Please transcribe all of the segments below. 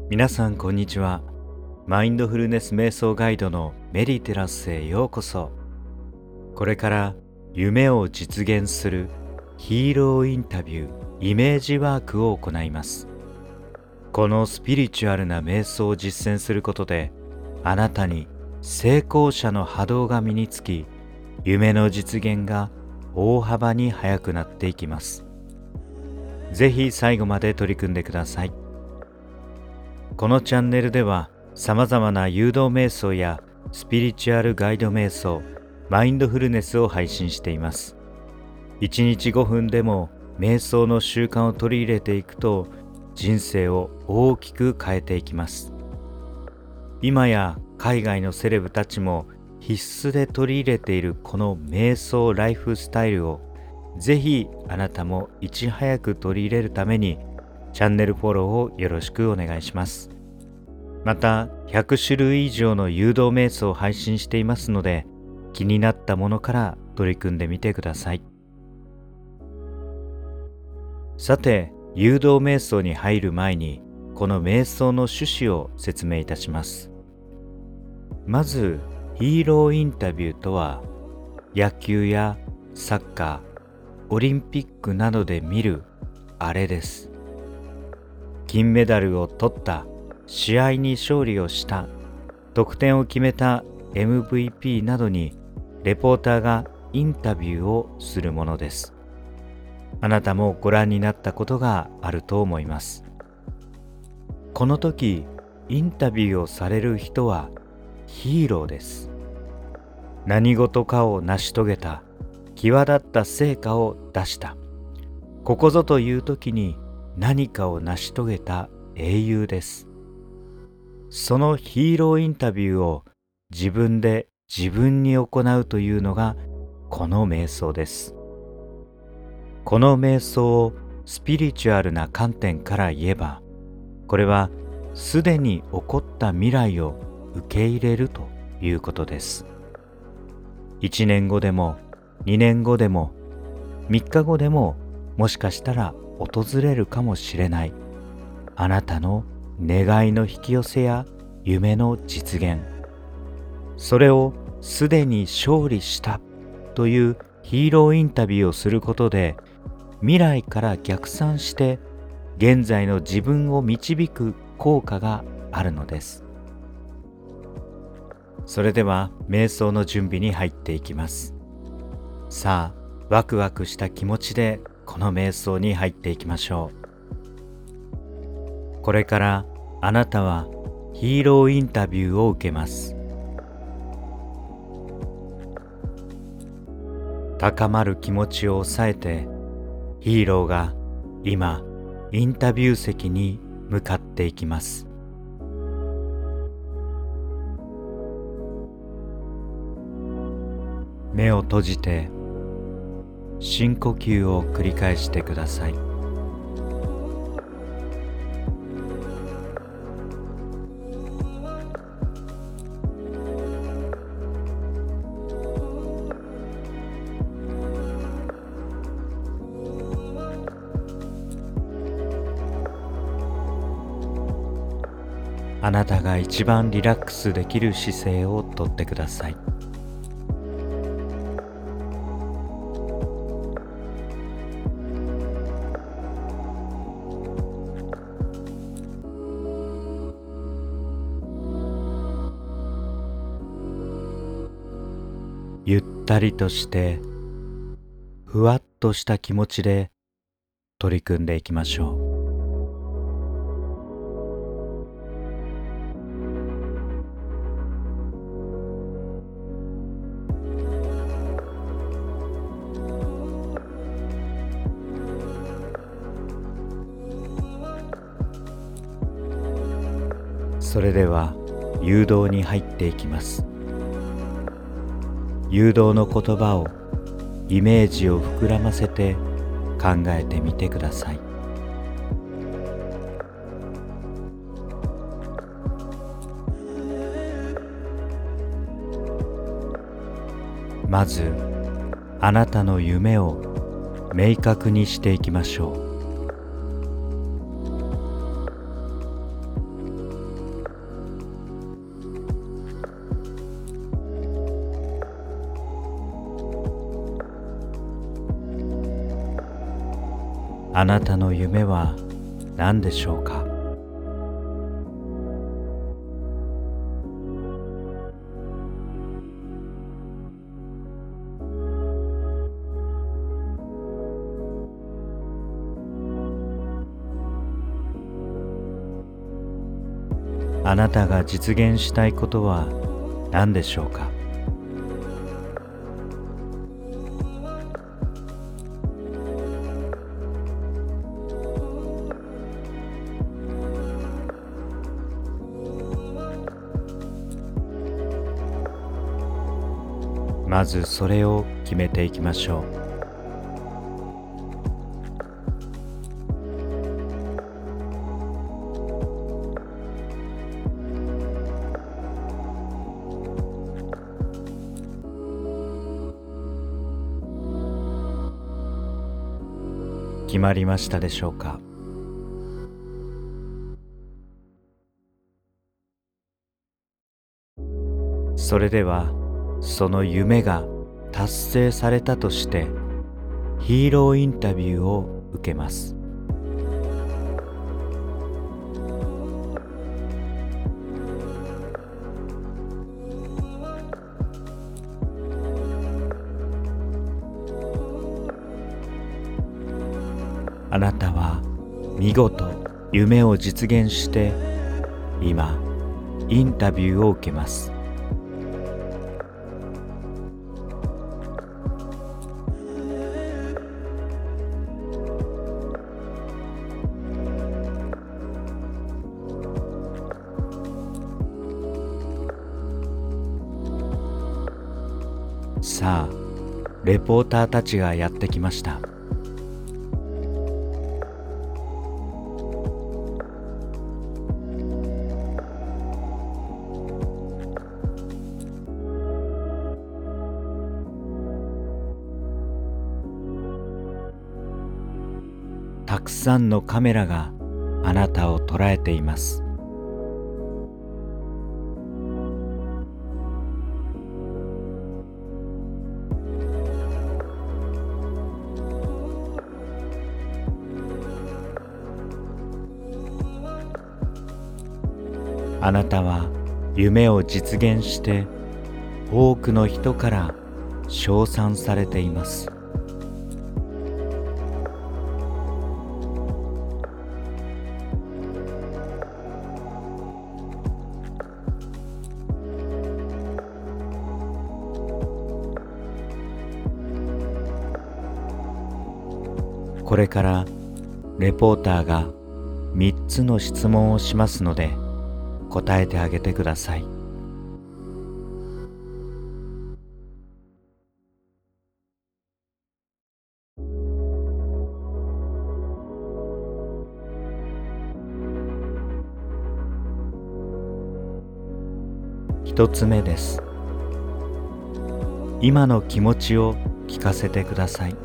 皆さんこんにちは。マインドフルネス瞑想ガイドのメディテラスへようこそ。これから夢を実現するヒーローインタビューイメージワークを行います。このスピリチュアルな瞑想を実践することで、あなたに成功者の波動が身につき、夢の実現が大幅に早くなっていきます。ぜひ最後まで取り組んでください。このチャンネルでは様々な誘導瞑想やスピリチュアルガイド瞑想、マインドフルネスを配信しています。1日5分でも瞑想の習慣を取り入れていくと人生を大きく変えていきます。今や海外のセレブたちも必須で取り入れているこの瞑想ライフスタイルをぜひあなたもいち早く取り入れるためにチャンネルフォローをよろしくお願いします。また100種類以上の誘導瞑想を配信していますので、気になったものから取り組んでみてください。さて、誘導瞑想に入る前にこの瞑想の趣旨を説明いたします。まずヒーローインタビューとは、野球やサッカー、オリンピックなどで見るあれです。金メダルを取った、試合に勝利をした、得点を決めた MVP などにレポーターがインタビューをするものです。あなたもご覧になったことがあると思います。この時、インタビューをされる人はヒーローです。何事かを成し遂げた、際立った成果を出した、ここぞという時に何かを成し遂げた英雄です。そのヒーローインタビューを自分で自分に行うというのがこの瞑想です。この瞑想をスピリチュアルな観点から言えば、これはすでに起こった未来を受け入れるということです。1年後でも2年後でも3日後でも、もしかしたら訪れるかもしれないあなたの願いの引き寄せや夢の実現、それをすでに勝利したというヒーローインタビューをすることで、未来から逆算して現在の自分を導く効果があるのです。それでは瞑想の準備に入っていきます。さあ、ワクワクした気持ちでこの瞑想に入っていきましょう。これからあなたはヒーローインタビューを受けます。高まる気持ちを抑えて、ヒーローが今インタビュー席に向かっていきます。目を閉じて深呼吸を繰り返してください。あなたが一番リラックスできる姿勢をとってください。ゆったりとしてふわっとした気持ちで取り組んでいきましょう。それでは誘導に入っていきます。誘導の言葉をイメージを膨らませて考えてみてください。まずあなたの夢を明確にしていきましょう。 あなたの夢は何でしょうか？あなたが実現したいことは何でしょうか？まずそれを決めていきましょう。決まりましたでしょうか？それではその夢が達成されたとしてヒーローインタビューを受けます。あなたは見事夢を実現して今インタビューを受けます。さあ、レポーターたちがやってきました。たくさんのカメラがあなたを捉えています。あなたは夢を実現して多くの人から称賛されています。これからレポーターが3つの質問をしますので答えてあげてください。1つ目です。今の気持ちを聞かせてください。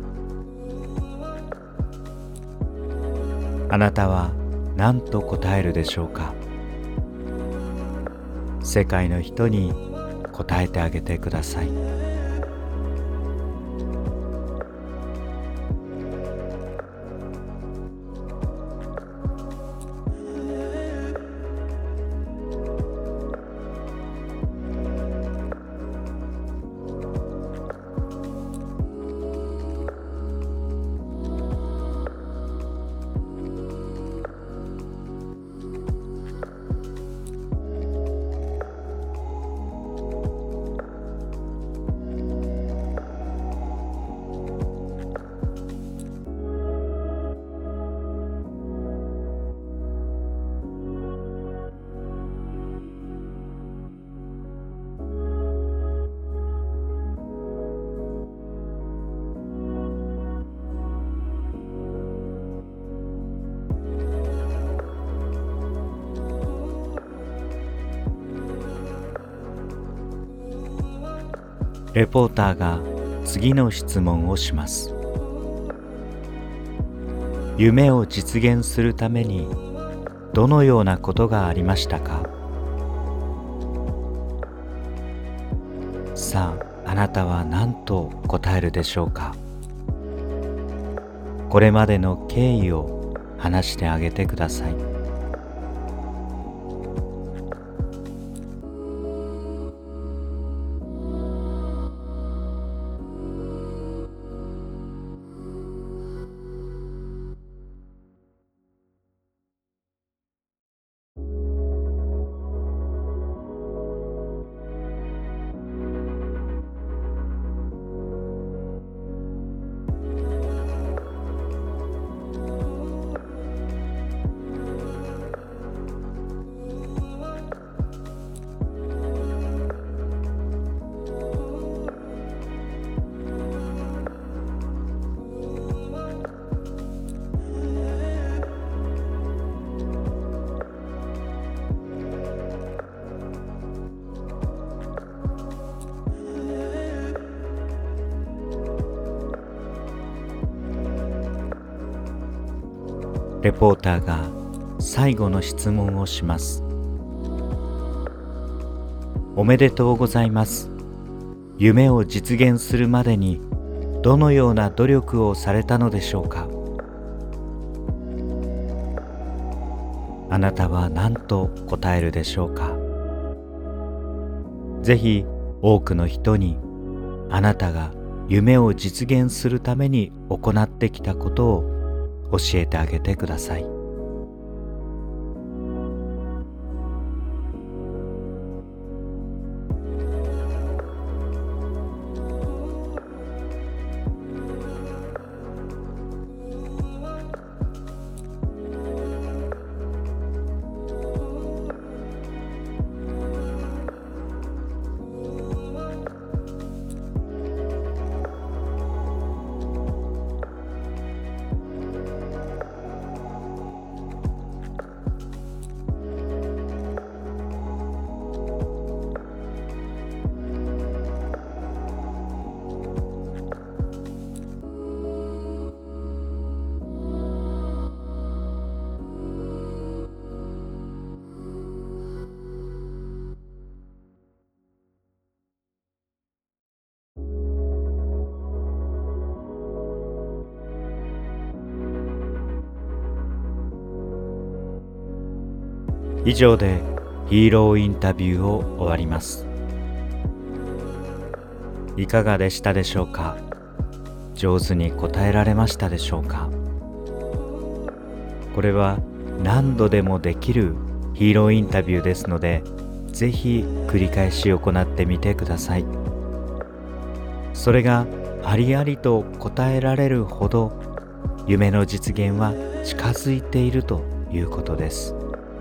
あなたは何と答えるでしょうか？世界の人に答えてあげてください。レポーターが次の質問をします。夢を実現するためにどのようなことがありましたか？さあ、あなたは何と答えるでしょうか？ これまでの経緯を話してあげてください。レポーターが最後の質問をします。おめでとうございます。夢を実現するまでにどのような努力をされたのでしょうか。あなたは何と答えるでしょうか。ぜひ多くの人にあなたが夢を実現するために行ってきたことを教えてあげてください。以上でヒーローインタビューを終わります。いかがでしたでしょうか。上手に答えられましたでしょうか。これは何度でもできるヒーローインタビューですので、ぜひ繰り返し行ってみてください。それがありありと答えられるほど夢の実現は近づいているということです。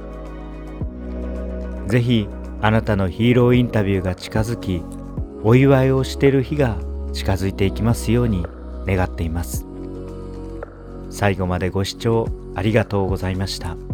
ぜひあなたのヒーローインタビューが近づき、お祝いをしている日が近づいていきますように願っています。最後までご視聴ありがとうございました。